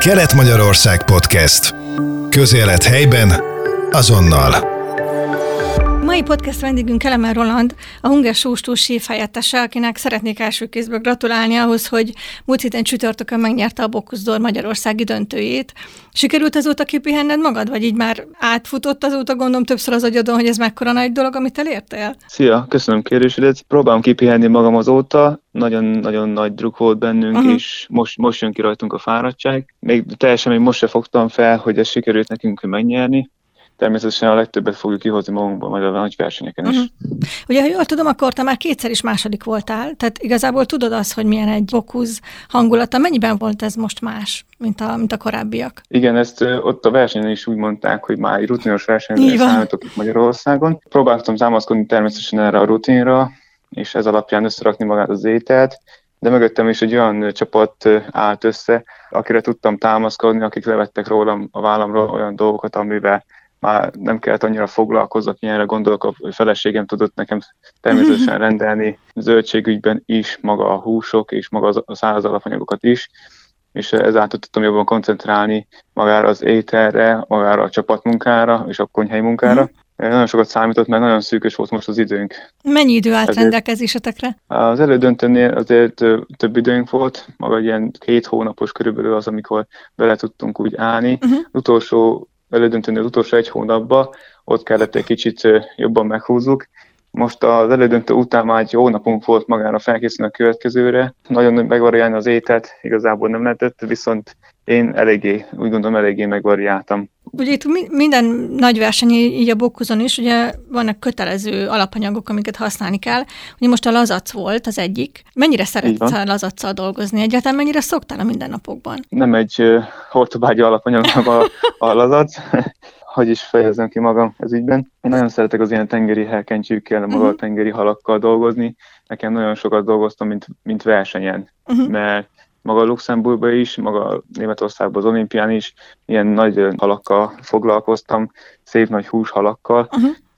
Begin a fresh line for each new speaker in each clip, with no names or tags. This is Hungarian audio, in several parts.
Kelet-Magyarország Podcast. Közélet helyben, azonnal.
Mai podcast vendégünk Kelemen Roland, a Hunger Sóstó séfhelyettese, akinek szeretnék első kézből gratulálni ahhoz, hogy múlt héten csütörtökön megnyerte a Bocuse d'Or magyarországi döntőjét. Sikerült azóta kipihenned magad, vagy így már átfutott azóta, gondolom többször az agyadon, hogy ez mekkora nagy dolog, amit elértél?
Szia, köszönöm kérdésedet. Próbálom kipihenni magam azóta. Nagyon-nagyon nagy druk volt bennünk, és most jön ki rajtunk a fáradtság. Még most se fogtam fel, hogy ez sikerült nekünk megnyerni. Természetesen a legtöbbet fogjuk kihozni magunkból majd a nagy versenyeken is.
Ugye, ha jól tudom, akkor te már kétszer is második voltál, tehát igazából tudod azt, hogy milyen egy Bocuse hangulata. Mennyiben volt ez most más, mint a korábbiak?
Igen, ezt ott a versenyen is úgy mondták, hogy már egy rutinos versenyre számítok itt Magyarországon. Próbáltam támaszkodni természetesen erre a rutinra, és ez alapján összerakni magát az ételt, de mögöttem is egy olyan csapat állt össze, akire tudtam támaszkodni, akik levettek rólam a vállamról olyan dolgokat, amivel már nem kellett annyira foglalkozzak, ilyenre gondolok, a feleségem tudott nekem természetesen rendelni zöldségügyben is, maga a húsok és maga a száraz alapanyagokat is, és ezáltal tudtam jobban koncentrálni magára az ételre, magára a csapatmunkára és a konyhai munkára. Nagyon sokat számított, mert nagyon szűkös volt most az időnk.
Mennyi idő állt rendelkezésetekre?
Az elődöntőnél azért több időnk volt, maga ilyen 2 hónapos körülbelül az, amikor bele tudtunk úgy állni. Utolsó elődöntőnél az utolsó 1 hónapban, ott kellett egy kicsit jobban meghúzzuk. Most az elődöntő után már egy hónapunk volt magára felkészülni a következőre. Nagyon megvariálni az ételt igazából nem lehetett, viszont én úgy gondolom eléggé megvariáltam.
Ugye itt minden nagy verseny, így a Bocuse-on is, ugye vannak kötelező alapanyagok, amiket használni kell. Ugye most a lazac volt az egyik. Mennyire szeretsz a lazacsal dolgozni? Egyáltalán mennyire szoktál a mindennapokban?
Nem egy hortobágyi alapanyagnak a lazac. Hogy is fejezem ki magam ez ügyben. Én nagyon szeretek az ilyen tengeri helkentyűkkel, maga a tengeri halakkal dolgozni. Nekem nagyon sokat dolgoztam, mint versenyen, mert maga Luxemburgban is, maga Németországban az olimpián is ilyen nagy halakkal foglalkoztam, szép nagy húshalakkal,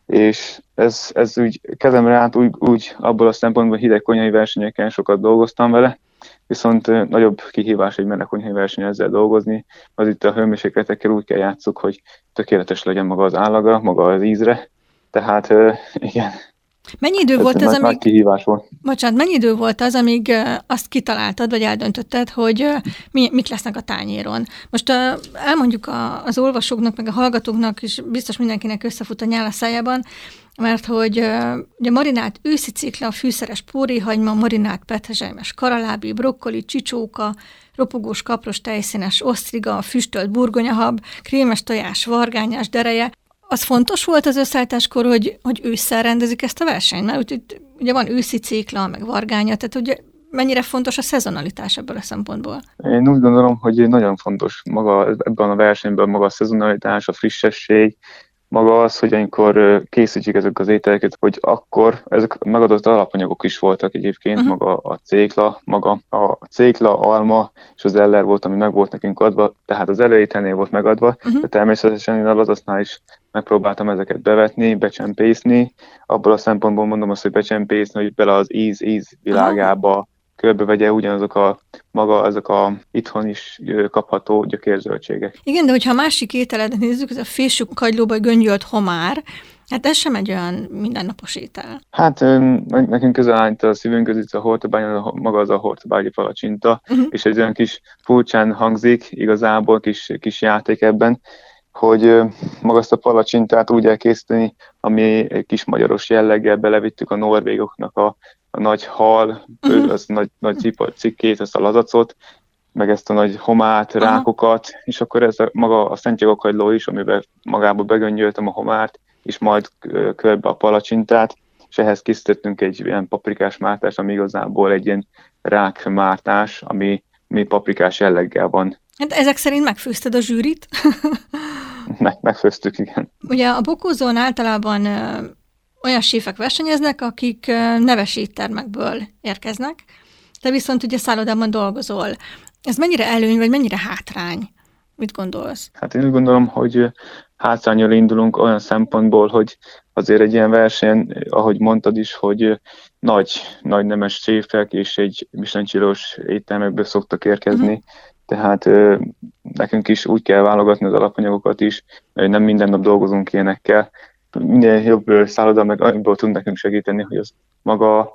és ez úgy kezemre állt, úgy abból a szempontból hideg konyhai versenyeken sokat dolgoztam vele, viszont nagyobb kihívás egy meleg konyhai verseny ezzel dolgozni, az itt a hőmérsékletekkel úgy kell játsszuk, hogy tökéletes legyen maga az állaga, maga az ízre, tehát igen.
Mennyi idő volt az, amíg...
kihívás volt.
Bocsánat, mennyi idő volt az, amíg azt kitaláltad, vagy eldöntötted, hogy mik lesznek a tányéron? Most elmondjuk az olvasóknak, meg a hallgatóknak, és biztos mindenkinek összefut a nyál a szájában, mert hogy ugye marinált őszi cikla, fűszeres póréhagyma, marinált petrezselymes karalábi, brokkoli, csicsóka, ropogós kapros tejszínes osztriga, füstölt burgonyahab, krémes tojás, vargányás dereje. Az fontos volt az összeállításkor, hogy ősszel rendezik ezt a versenyt? Mert ugye van őszi cikla, meg vargánya, tehát ugye mennyire fontos a szezonalitás ebből a szempontból? Én
úgy gondolom, hogy nagyon fontos maga ebben a versenyben maga a szezonalitás, a frissesség, maga az, hogy amikor készítjük ezek az ételeket, hogy akkor ezek megadott alapanyagok is voltak egyébként, maga a cékla, alma és az eller volt, ami meg volt nekünk adva, tehát az előételnél volt megadva, de természetesen én a lazacnál is megpróbáltam ezeket bevetni, becsempészni. Abból a szempontból mondom azt, hogy becsempészni, hogy bele az íz világába körbevegye ugyanazok ezek a itthon is kapható gyökérzöldségek.
Igen, de hogyha a másik ételedet nézzük, ez a fésű kagylóba göngyölt homár, hát ez sem egy olyan mindennapos étel.
Hát nekünk közel állt a szívünkhöz itt a hortobágyi, maga az a hortobágyi palacsinta, és egy olyan kis furcsán hangzik, igazából kis játék ebben, hogy maga azt a palacsintát úgy elkészíteni, ami egy kis magyaros jelleggel belevittük a norvégoknak a nagy hal, az nagy cikkét, ezt a lazacot, meg ezt a nagy homát, rákokat, és akkor ez maga a szentjegokagyló is, amiben magába begöngyöltem a homárt, és majd körbe a palacsintát, és ehhez készítettünk egy ilyen paprikás mártást, ami igazából egy ilyen rákmártás, ami paprikás jelleggel van.
Hát ezek szerint megfőzted a zsűrit?
Megfőztük, igen.
Ugye a Bocuse-on általában olyan séfek versenyeznek, akik neves éttermekből érkeznek, te viszont ugye szállodában dolgozol. Ez mennyire előny, vagy mennyire hátrány? Mit gondolsz?
Hát én úgy gondolom, hogy hátrányról indulunk olyan szempontból, hogy azért egy ilyen verseny, ahogy mondtad is, hogy nagy nemes séfek és egy Michelin-csillagos éttermekből szoktak érkezni, tehát nekünk is úgy kell válogatni az alapanyagokat is, hogy nem minden nap dolgozunk ilyenekkel. Minél jobb szálloda meg abból tud nekünk segíteni, hogy az maga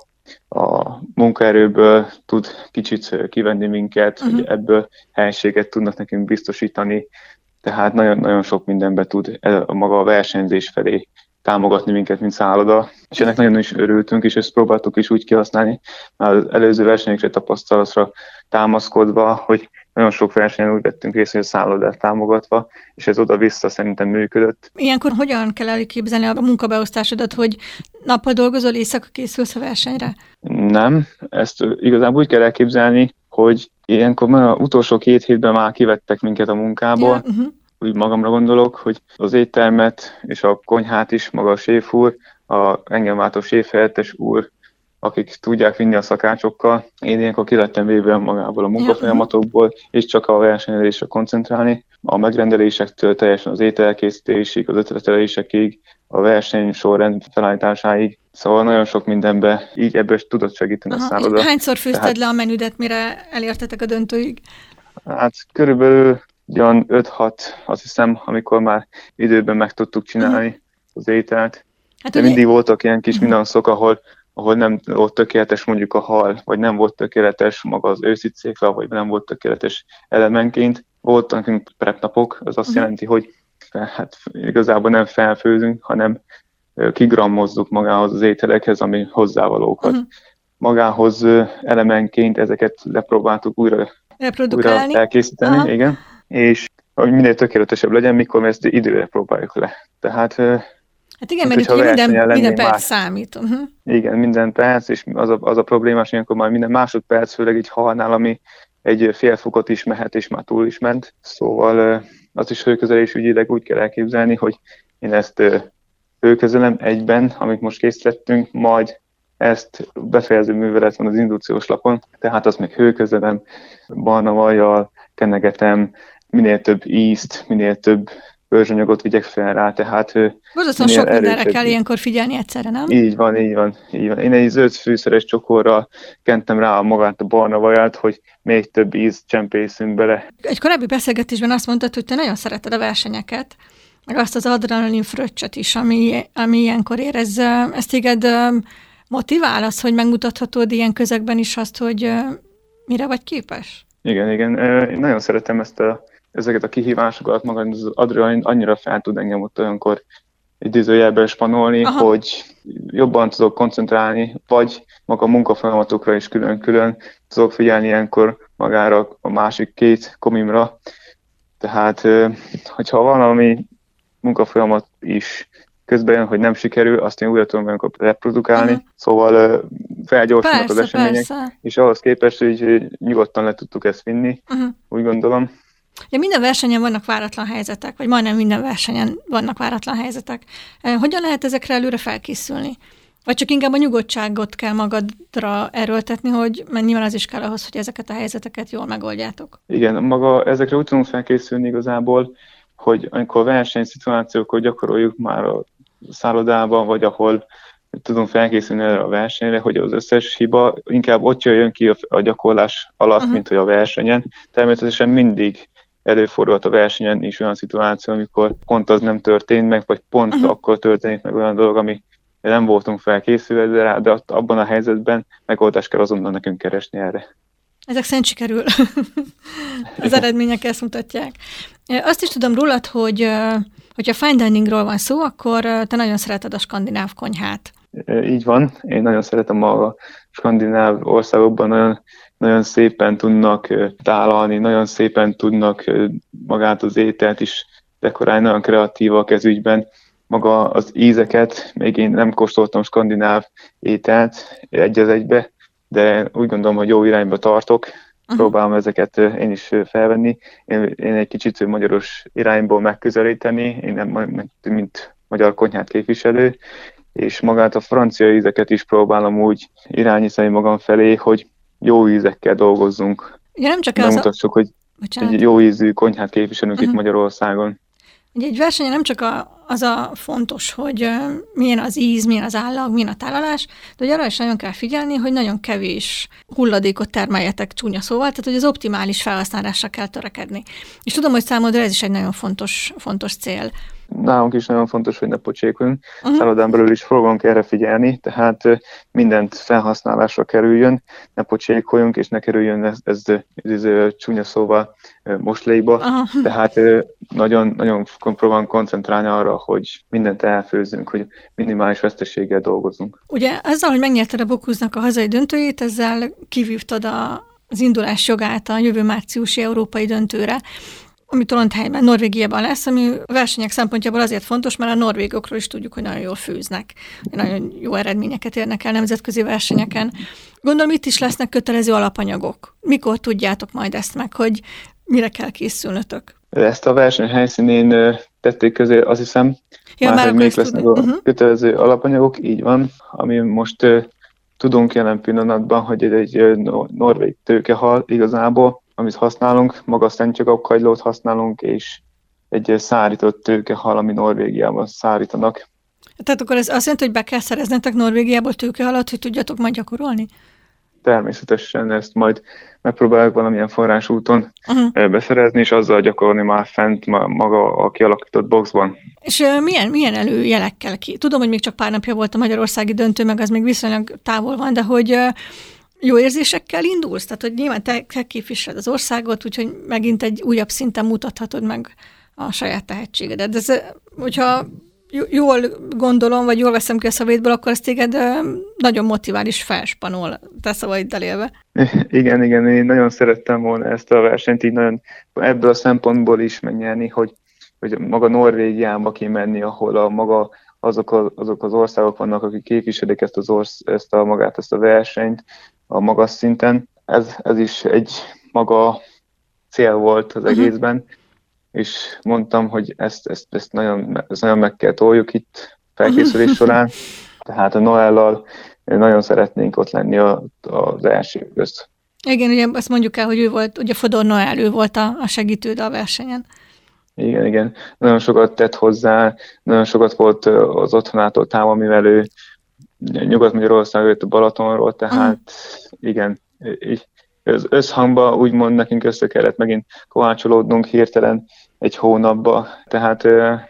a munkaerőből tud kicsit kivenni minket, hogy ebből helységet tudnak nekünk biztosítani, tehát nagyon-nagyon sok mindenbe tud maga a versenyzés felé támogatni minket, mint szálloda, és ennek nagyon is örültünk, és ezt próbáltuk is úgy kihasználni, már az előző versenyekre tapasztalatra támaszkodva, hogy nagyon sok versenyen úgy vettünk részt, hogy a szállodát támogatva, és ez oda-vissza szerintem működött.
Ilyenkor hogyan kell elképzelni a munkabeosztásodat, hogy nappal dolgozol, éjszaka készülsz a versenyre?
Nem, ezt igazából úgy kell elképzelni, hogy ilyenkor már az utolsó 2 hétben már kivettek minket a munkából, úgy magamra gondolok, hogy az éttermet és a konyhát is, maga a séf úr, engem váltó séfhelyettes úr, akik tudják vinni a szakácsokkal. Én ilyenkor ki lettem véve magából a munkafolyamatokból, és csak a versenyelésre koncentrálni. A megrendelésektől teljesen az ételkészítésig, az ötletelésekig, a verseny sorrend felállításáig. Szóval nagyon sok mindenbe így ebből tudott segíteni a szálloda.
Hányszor főzted le a menüdet, mire elértetek a döntőig?
Hát körülbelül 5-6, azt hiszem, amikor már időben meg tudtuk csinálni az ételt. Hát de mindig voltak ilyen kis minanszok, ahol nem volt tökéletes mondjuk a hal, vagy nem volt tökéletes maga az őszi cékla, vagy nem volt tökéletes elemenként. Voltak nekünk prep napok, az azt jelenti, hogy hát igazából nem felfőzünk, hanem kigrammozzuk magához az ételekhez, ami hozzávalókat. Magához elemenként ezeket lepróbáltuk újra elkészíteni, igen. És hogy minél tökéletesebb legyen, mikor mi ezt időre próbáljuk le. Tehát
hát igen, mert itt minden perc számít.
Igen, minden perc, és az a problémás, ilyenkor már minden másodperc, főleg egy halnál, ami egy fél fokot is mehet, és már túl is ment. Szóval az is hőközelés ügyileg úgy kell elképzelni, hogy én ezt hőközelem egyben, amit most készítettünk, majd ezt befejező művelet van az indukciós lapon, tehát azt még hőközelem, barna vajjal, kenegetem, minél több ízt, minél több bőrzsanyagot vigyek fel rá, tehát
borzasztóan sok mindenre kell ilyenkor figyelni egyszerre, nem?
Így van. Én egy zöld fűszeres csokorral kentem rá magát a barna vaját, hogy még több íz csempészünk bele.
Egy korábbi beszélgetésben azt mondtad, hogy te nagyon szereted a versenyeket, meg azt az adrenalin fröccsöt is, ami ilyenkor ér. Ez téged motivál az, hogy megmutathatod ilyen közegben is azt, hogy mire vagy képes?
Igen. Én nagyon szeretem ezeket a kihívásokat, maga az adrenalin annyira fel tud engem ott olyankor idézőjelben spanolni, hogy jobban tudok koncentrálni, vagy maga a munkafolyamatokra is külön-külön tudok figyelni ilyenkor magára a másik 2 komimra. Tehát, hogyha valami munkafolyamat is közben jön, hogy nem sikerül, azt én újra tudom olyankor reprodukálni, szóval felgyorsulnak az események, és ahhoz képest, hogy nyugodtan le tudtuk ezt vinni, úgy gondolom.
Ja, minden versenyen vannak váratlan helyzetek, vagy majdnem minden versenyen vannak váratlan helyzetek. Hogyan lehet ezekre előre felkészülni? Vagy csak inkább a nyugodtságot kell magadra erőltetni, mert nyilván az is kell ahhoz, hogy ezeket a helyzeteket jól megoldjátok.
Igen, ezekre úgy tudunk felkészülni igazából, hogy amikor versenyszituációkkal gyakoroljuk már a szállodában, vagy ahol tudunk felkészülni erre a versenyre, hogy az összes hiba inkább ott jön ki a gyakorlás alatt, mint hogy a versenyen. Természetesen mindig előfordulhat a versenyen is olyan szituáció, amikor pont az nem történt meg, vagy pont akkor történik meg olyan dolog, ami nem voltunk felkészülve rá, de abban a helyzetben megoldást kell azonnal nekünk keresni erre.
Ezek szerint sikerül. Az eredmények ezt mutatják. Azt is tudom rólad, hogyha fine diningról van szó, akkor te nagyon szereted a skandináv konyhát.
Így van. Én nagyon szeretem a skandináv országokban, nagyon szépen tudnak tálalni, nagyon szépen tudnak magát az ételt is dekorálni, nagyon kreatívak ez ügyben. Maga az ízeket, még én nem kóstoltam skandináv ételt egy az egybe, de úgy gondolom, hogy jó irányba tartok. Próbálom ezeket én is felvenni. Én egy kicsit magyaros irányból megközelíteni, én nem mint magyar konyhát képviselő, és magát a francia ízeket is próbálom úgy irányítani magam felé, hogy jó ízekkel dolgozzunk.
Ja, nem csak
megmutassuk, hogy egy jó ízű konyhát képviselünk itt Magyarországon.
Ugye egy versenyen nem csak az a fontos, hogy milyen az íz, milyen az állag, milyen a tálalás, de hogy arra is nagyon kell figyelni, hogy nagyon kevés hulladékot termeljetek csúnya szóval, tehát hogy az optimális felhasználásra kell törekedni. És tudom, hogy számodra ez is egy nagyon fontos cél.
Nálunk is nagyon fontos, hogy ne pocsékoljunk. Szállodán belül is fogunk erre figyelni, tehát mindent felhasználásra kerüljön, ne pocsékoljunk, és ne kerüljön ez csúnya szóval moslékba. Tehát nagyon próbálunk koncentrálni arra, hogy mindent elfőzzünk, hogy minimális veszteséggel dolgozunk.
Ugye azzal, hogy megnyerted a Bocuse-nak a hazai döntőjét, ezzel kivívtad az indulás jogát a jövő márciusi európai döntőre, ami Trondheimben, Norvégiában lesz, ami a versenyek szempontjából azért fontos, mert a norvégokról is tudjuk, hogy nagyon jól főznek, nagyon jó eredményeket érnek el nemzetközi versenyeken. Gondolom, itt is lesznek kötelező alapanyagok. Mikor tudjátok majd ezt meg, hogy mire kell készülnötök?
Ezt a verseny helyszínén tették közé, azt hiszem, hogy még lesznek a kötelező alapanyagok, így van, ami most tudunk jelen pillanatban, hogy egy norvég tőkehal igazából, amit használunk, maga szentjogokagylót használunk, és egy szárított tőkehal, ami Norvégiában szárítanak.
Tehát akkor ez azt jelenti, hogy be kell szereznetek Norvégiából tőkehalat, hogy tudjatok majd gyakorolni?
Természetesen ezt majd megpróbáljuk valamilyen forrásúton beszerezni, és azzal gyakorolni már fent maga a kialakított boxban.
És milyen előjelekkel ki? Tudom, hogy még csak pár napja volt a magyarországi döntő, meg az még viszonylag távol van, de hogy jó érzésekkel indulsz? Tehát, hogy nyilván te képviseled az országot, úgyhogy megint egy újabb szinten mutathatod meg a saját tehetségedet. De ez, hogyha jól gondolom, vagy jól veszem ki a szavaidból, akkor ez téged nagyon motivál és felspanol, te szavaiddal élve.
Igen, én nagyon szerettem volna ezt a versenyt, így nagyon ebből a szempontból is megnyerni, hogy maga Norvégiába kimenni, ahol azok az országok vannak, akik képviselik ezt a versenyt a magas szinten. Ez is egy maga cél volt az egészben, és mondtam, hogy ezt nagyon meg kell toljuk itt felkészülés során. Tehát a Noellal nagyon szeretnénk ott lenni az első közt.
Igen, ugye azt mondjuk el, hogy ő volt, ugye Fodor Noel, ő volt a segítőd a versenyen.
Igen. Nagyon sokat tett hozzá, nagyon sokat volt az otthonától távol, mivel ő Nyugat-Magyarországon jött a Balatonról, tehát igen, az összhangba úgymond nekünk össze kellett megint kovácsolódnunk hirtelen egy hónapba, tehát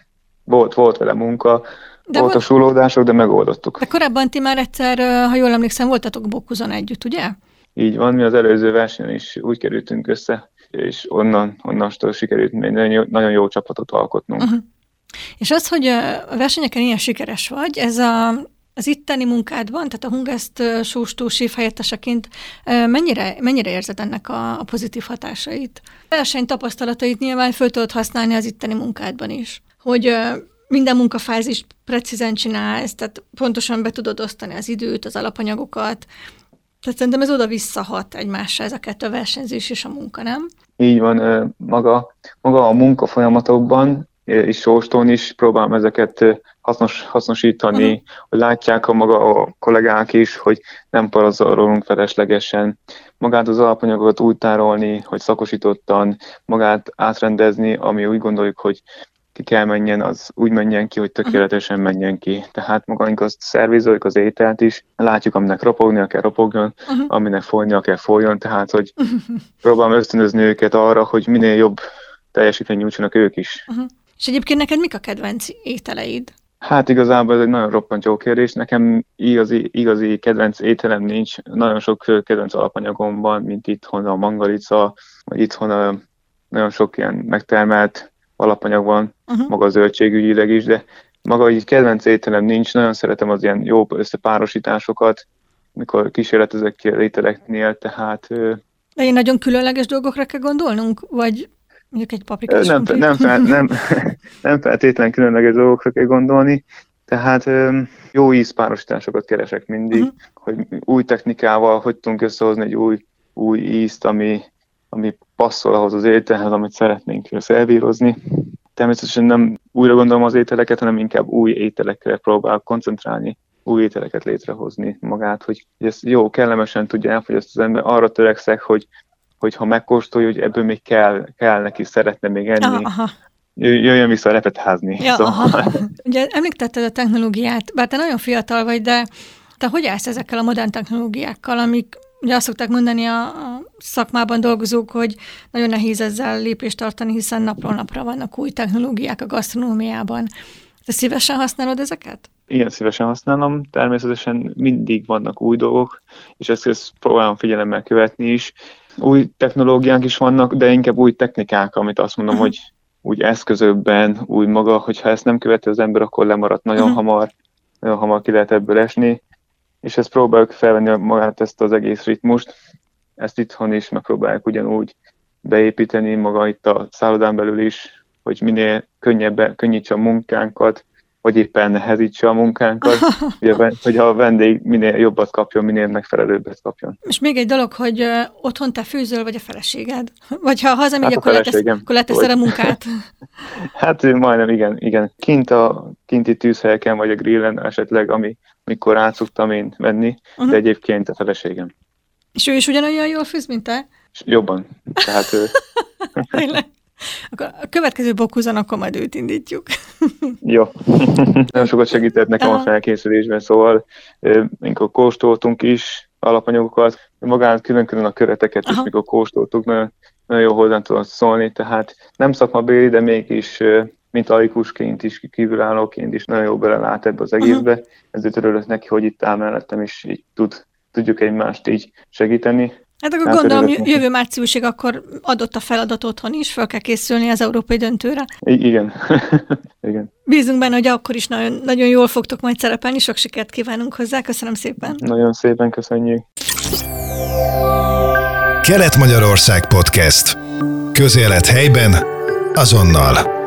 volt vele munka, voltak súlódások, de megoldottuk.
De korábban ti már egyszer, ha jól emlékszem, voltatok Bocuson együtt, ugye?
Így van, mi az előző versenyen is úgy kerültünk össze, és onnantól sikerült nagyon jó csapatot alkotnunk.
És az, hogy a versenyeken ilyen sikeres vagy, ez az itteni munkádban, tehát a Hungest sóstó séf helyetteseként mennyire érzed ennek a pozitív hatásait? A verseny tapasztalatait nyilván föl tudod használni az itteni munkádban is. Hogy minden munkafázist precízen csinálsz, tehát pontosan be tudod osztani az időt, az alapanyagokat. Tehát szerintem ez oda-visszahat egymásra, ez a kettő, a versenyzés és a munka, nem?
Így van, maga a munka folyamatokban és sóstón is próbálom ezeket hasznosítani, hogy látják a kollégák is, hogy nem parazolunk feleslegesen. Magát az alapanyagokat úgy tárolni, hogy szakosítottan, magát átrendezni, ami úgy gondoljuk, hogy ki kell menjen, az úgy menjen ki, hogy tökéletesen menjen ki. Tehát magunk azt szervizoljuk az ételt is, látjuk, aminek ropognia kell ropogjon, aminek folynia kell folyjon, tehát hogy próbálom ösztönözni őket arra, hogy minél jobb teljesítményt nyújtsanak ők is.
És egyébként neked mik a kedvenc ételeid?
Hát igazából ez egy nagyon roppant jó kérdés. Nekem igazi kedvenc ételem nincs. Nagyon sok kedvenc alapanyagom van, mint itthon a mangalica, vagy itthon nagyon sok ilyen megtermelt alapanyag van, maga a zöldségügyileg is, de maga így kedvenc ételem nincs. Nagyon szeretem az ilyen jó összepárosításokat, mikor kísérletezek ki az ételeknél, tehát...
De én nagyon különleges dolgokra kell gondolnunk, vagy... Mondjuk egy paprikás
nem feltétlenül különleges dolgokra kell gondolni, tehát jó ízpárosításokat keresek mindig, hogy új technikával hogy tudunk összehozni egy új ízt, ami passzol ahhoz az ételhez, amit szeretnénk felvírozni. Természetesen nem újra gondolom az ételeket, hanem inkább új ételekre próbálok koncentrálni, új ételeket létrehozni magát, hogy ezt jó, kellemesen tudja elfogyasztani az ember. Arra törekszek, hogy ha megkóstolja, hogy ebből még kell neki, szeretne még enni. jöjjön vissza repetházni.
Ja, szóval. Ugye említetted a technológiát, bár te nagyon fiatal vagy, de te hogy állsz ezekkel a modern technológiákkal, amik ugye azt szokták mondani a szakmában dolgozók, hogy nagyon nehéz ezzel lépést tartani, hiszen napról napra vannak új technológiák a gasztronómiában. Te szívesen használod ezeket?
Igen, szívesen használom. Természetesen mindig vannak új dolgok, és ezt próbálom figyelemmel követni is. Új technológiák is vannak, de inkább új technikák, amit azt mondom, hogy úgy eszközökben, úgy maga, hogyha ezt nem követi az ember, akkor lemarad nagyon hamar ki lehet ebből esni, és ezt próbáljuk felvenni magát ezt az egész ritmust, ezt itthon is megpróbáljuk ugyanúgy beépíteni maga itt a szállodán belül is, hogy minél könnyítse a munkánkat, vagy éppen nehezítse a munkánkat, hogy a vendég minél jobbat kapjon, minél megfelelőbbet kapjon.
És még egy dolog, hogy otthon te főzöl, vagy a feleséged? Vagy ha hazamegy, akkor leteszed a munkát?
Hát majdnem, igen. Kinti tűzhelyeken, vagy a grillen esetleg, amikor át szoktam én venni, de egyébként a feleségem.
És ő is ugyanolyan jól főz, mint te?
Jobban. Tehát
Tényleg? Akkor a következő Bocuse-n akkor majd őt indítjuk.
Jó. Nagyon sokat segített nekem a felkészülésben, szóval amikor kóstoltunk is alapanyagokat, magát külön-külön a köreteket is, mikor kóstoltuk, nagyon jó hozzá tudom szólni, tehát nem szakmabéli, de mégis mint laikusként is, kívülállóként is nagyon jó belelát ebbe az egészbe, ezért örülök neki, hogy itt áll mellettem, és így tudjuk egymást így segíteni.
Hát akkor gondolom, jövő márciusig akkor adott a feladat otthon is, fel kell készülni az európai döntőre.
Igen. Igen.
Bízunk benne, hogy akkor is nagyon, nagyon jól fogtok majd szerepelni, sok sikert kívánunk hozzá, köszönöm szépen.
Nagyon szépen köszönjük.
Kelet-Magyarország Podcast. Közélet helyben, azonnal.